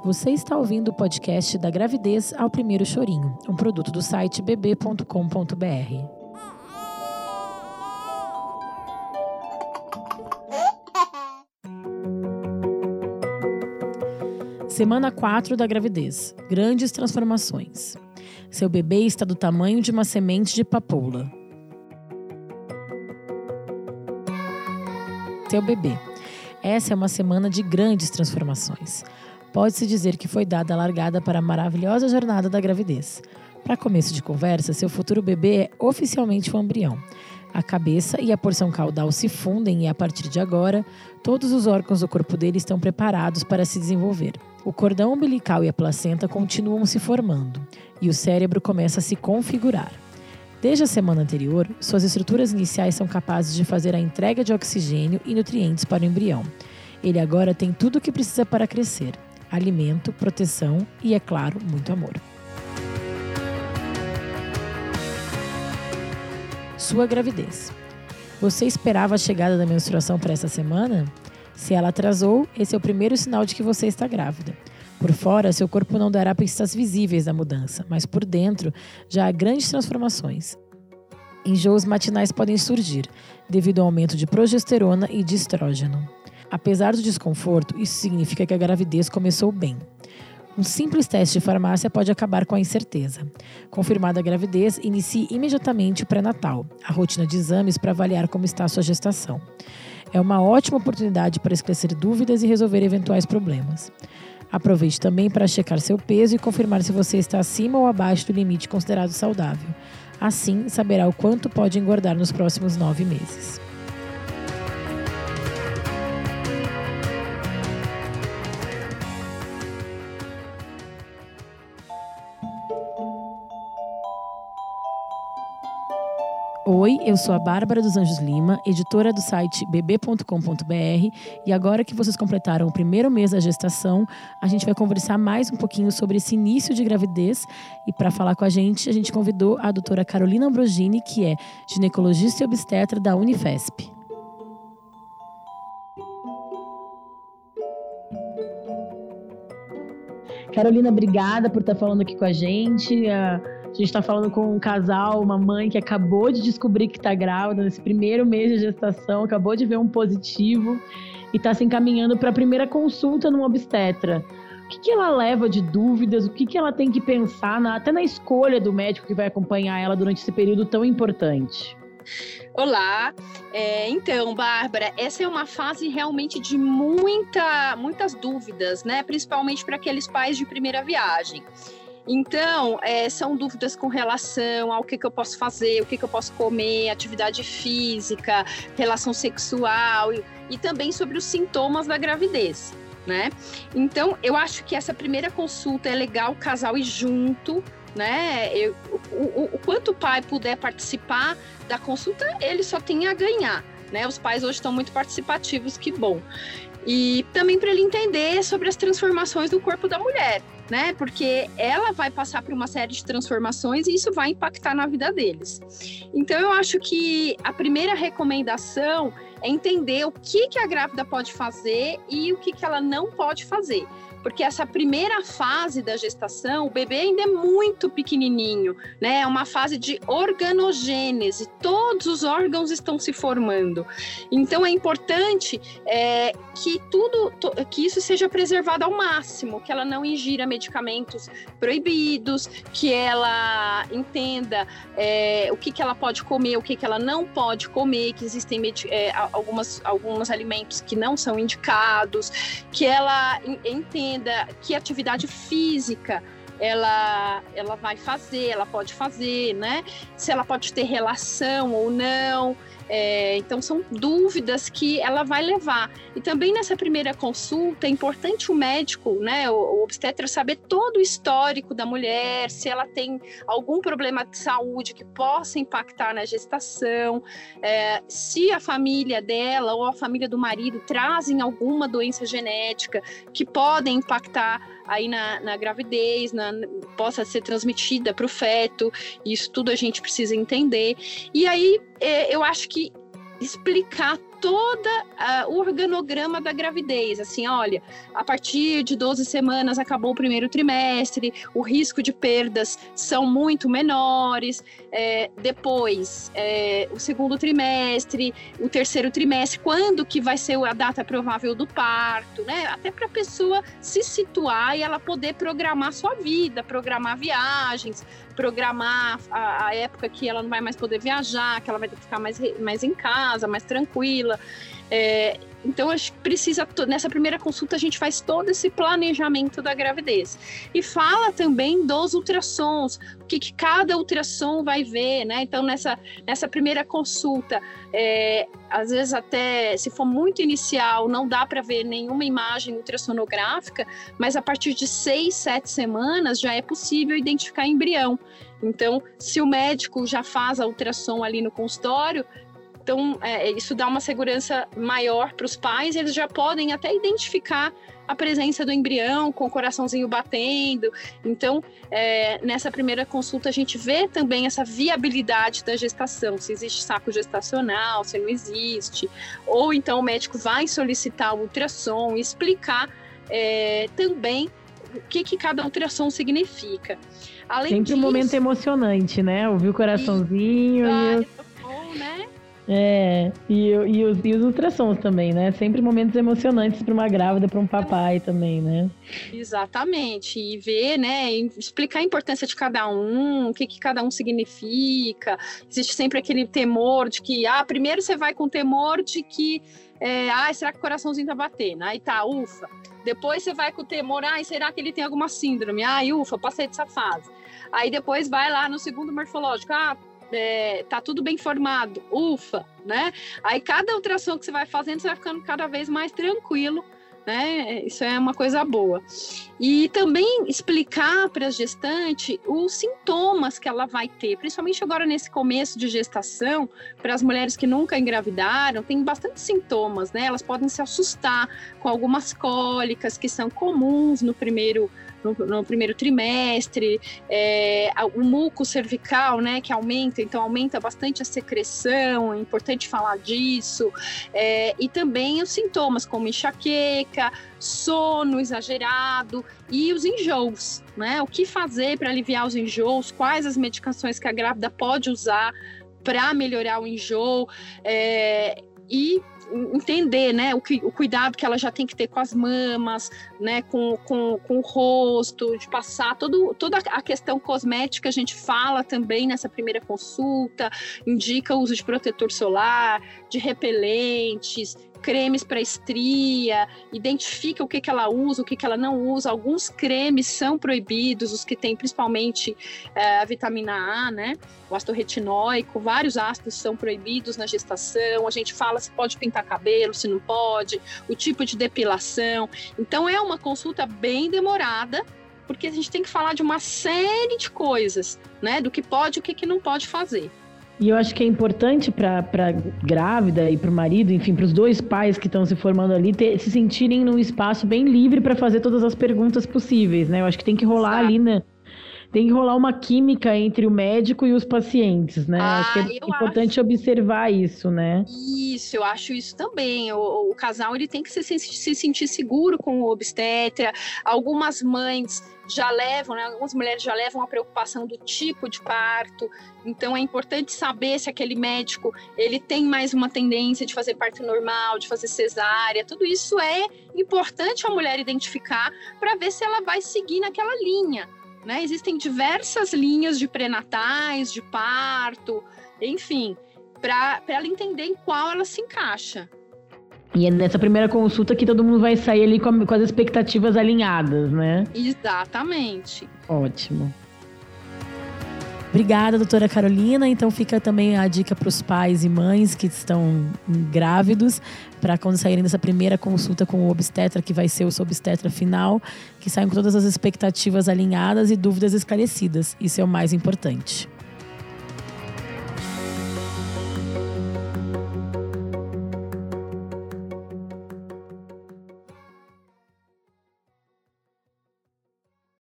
Você está ouvindo o podcast da Gravidez ao Primeiro Chorinho, um produto do site bb.com.br. Semana 4 da gravidez. Grandes transformações. Seu bebê está do tamanho de uma semente de papoula. Seu bebê. Essa é uma semana de grandes transformações. Pode-se dizer que foi dada a largada para a maravilhosa jornada da gravidez. Para começo de conversa, seu futuro bebê é oficialmente um embrião. A cabeça e a porção caudal se fundem e, a partir de agora, todos os órgãos do corpo dele estão preparados para se desenvolver. O cordão umbilical e a placenta continuam se formando e o cérebro começa a se configurar. Desde a semana anterior, suas estruturas iniciais são capazes de fazer a entrega de oxigênio e nutrientes para o embrião. Ele agora tem tudo o que precisa para crescer: alimento, proteção e, é claro, muito amor. Sua gravidez. Você esperava a chegada da menstruação para essa semana? Se ela atrasou, esse é o primeiro sinal de que você está grávida. Por fora, seu corpo não dará pistas visíveis da mudança, mas por dentro já há grandes transformações. Enjoos matinais podem surgir, devido ao aumento de progesterona e de estrógeno. Apesar do desconforto, isso significa que a gravidez começou bem. Um simples teste de farmácia pode acabar com a incerteza. Confirmada a gravidez, inicie imediatamente o pré-natal, a rotina de exames para avaliar como está a sua gestação. É uma ótima oportunidade para esclarecer dúvidas e resolver eventuais problemas. Aproveite também para checar seu peso e confirmar se você está acima ou abaixo do limite considerado saudável. Assim, saberá o quanto pode engordar nos próximos 9 meses. Oi, eu sou a Bárbara dos Anjos Lima, editora do site bb.com.br, e agora que vocês completaram o primeiro mês da gestação, a gente vai conversar mais um pouquinho sobre esse início de gravidez, e para falar com a gente convidou a doutora Carolina Ambrogini, que é ginecologista e obstetra da Unifesp. Carolina, obrigada por estar falando aqui com a gente. A gente está falando com um casal, uma mãe que acabou de descobrir que está grávida nesse primeiro mês de gestação, acabou de ver um positivo e está se encaminhando para a primeira consulta num obstetra. O que ela leva de dúvidas? O que ela tem que pensar até na escolha do médico que vai acompanhar ela durante esse período tão importante? Olá, então, Bárbara, essa é uma fase realmente de muitas dúvidas, né? Principalmente para aqueles pais de primeira viagem. Então, são dúvidas com relação ao que eu posso fazer, o que eu posso comer, atividade física, relação sexual e também sobre os sintomas da gravidez, né? Então, eu acho que essa primeira consulta é legal o casal ir junto, né? O quanto o pai puder participar da consulta, ele só tem a ganhar, né? Os pais hoje estão muito participativos, que bom. E também para ele entender sobre as transformações do corpo da mulher, né? Porque ela vai passar por uma série de transformações e isso vai impactar na vida deles. Então, eu acho que a primeira recomendação é entender o que a grávida pode fazer e o que ela não pode fazer. Porque essa primeira fase da gestação, o bebê ainda é muito pequenininho, né? É uma fase de organogênese, todos os órgãos estão se formando. Então, é importante que isso seja preservado ao máximo, que ela não ingira medicamentos proibidos, que ela entenda o que ela pode comer, o que ela não pode comer, que existem alguns alimentos que não são indicados, que ela entenda que atividade física ela vai fazer, ela pode fazer, né? Se ela pode ter relação ou não. Então, são dúvidas que ela vai levar. E também nessa primeira consulta, é importante o médico, né, o obstetra, saber todo o histórico da mulher, se ela tem algum problema de saúde que possa impactar na gestação, se a família dela ou a família do marido trazem alguma doença genética que podem impactar aí na gravidez, possa ser transmitida para o feto. Isso tudo a gente precisa entender. E aí, eu acho que explicar todo o organograma da gravidez. Assim, olha, a partir de 12 semanas acabou o primeiro trimestre, o risco de perdas são muito menores, depois o segundo trimestre, o terceiro trimestre, quando que vai ser a data provável do parto, né? Até para a pessoa se situar e ela poder programar sua vida, programar viagens, programar a época que ela não vai mais poder viajar, que ela vai ter que ficar mais em casa, mais tranquila. Então, acho que precisa, nessa primeira consulta, a gente faz todo esse planejamento da gravidez. E fala também dos ultrassons, o que cada ultrassom vai ver, né? Então, nessa primeira consulta, às vezes até, se for muito inicial, não dá para ver nenhuma imagem ultrassonográfica, mas a partir de 6, 7 semanas já é possível identificar embrião. Então, se o médico já faz a ultrassom ali no consultório, então, isso dá uma segurança maior para os pais, eles já podem até identificar a presença do embrião com o coraçãozinho batendo. Então, nessa primeira consulta, a gente vê também essa viabilidade da gestação, se existe saco gestacional, se não existe, ou então o médico vai solicitar o ultrassom e explicar também o que cada ultrassom significa. Além sempre disso, um momento emocionante, né? Ouvir o coraçãozinho bom, né? E os ultrassons também, né? Sempre momentos emocionantes para uma grávida, para um papai também, né? Exatamente. E ver, né? Explicar a importância de cada um, o que cada um significa. Existe sempre aquele temor de que, primeiro você vai com o temor de que, será que o coraçãozinho tá batendo? Aí tá, ufa. Depois você vai com o temor, será que ele tem alguma síndrome? Ufa, passei dessa fase. Aí depois vai lá no segundo morfológico, tá tudo bem formado, ufa, né? Aí cada ultrassom que você vai fazendo, você vai ficando cada vez mais tranquilo, né? Isso é uma coisa boa. E também explicar para a gestante os sintomas que ela vai ter, principalmente agora nesse começo de gestação, para as mulheres que nunca engravidaram, tem bastante sintomas, né? Elas podem se assustar com algumas cólicas que são comuns no primeiro trimestre, o muco cervical, né, que aumenta, então aumenta bastante a secreção, é importante falar disso, e também os sintomas como enxaqueca, sono exagerado e os enjoos, né, o que fazer para aliviar os enjoos, quais as medicações que a grávida pode usar para melhorar o enjoo, e entender, né, o cuidado que ela já tem que ter com as mamas, né, com o rosto, de passar toda a questão cosmética, a gente fala também nessa primeira consulta, indica o uso de protetor solar, de repelentes, cremes para estria, identifica o que ela usa, o que ela não usa. Alguns cremes são proibidos, os que têm principalmente a vitamina A, né? O ácido retinóico, vários ácidos são proibidos na gestação. A gente fala se pode pintar cabelo, se não pode, o tipo de depilação. Então é uma consulta bem demorada, porque a gente tem que falar de uma série de coisas, né? Do que pode e o que não pode fazer. E eu acho que é importante para a grávida e para o marido, enfim, para os dois pais que estão se formando ali, se sentirem num espaço bem livre para fazer todas as perguntas possíveis, né? Eu acho que tem que rolar ali, né? Tem que rolar uma química entre o médico e os pacientes, né? Acho que é importante observar isso, né? Isso, eu acho isso também. O casal ele tem que se sentir seguro com o obstetra. Algumas mães já levam, né? Algumas mulheres já levam a preocupação do tipo de parto. Então é importante saber se aquele médico ele tem mais uma tendência de fazer parto normal, de fazer cesárea. Tudo isso é importante a mulher identificar para ver se ela vai seguir naquela linha. Né? Existem diversas linhas de pré-natais, de parto, enfim, para ela entender em qual ela se encaixa. E é nessa primeira consulta que todo mundo vai sair ali com as expectativas alinhadas, né? Exatamente. Ótimo. Obrigada, doutora Carolina. Então fica também a dica para os pais e mães que estão grávidos, para quando saírem dessa primeira consulta com o obstetra, que vai ser o seu obstetra final, que saiam com todas as expectativas alinhadas e dúvidas esclarecidas. Isso é o mais importante.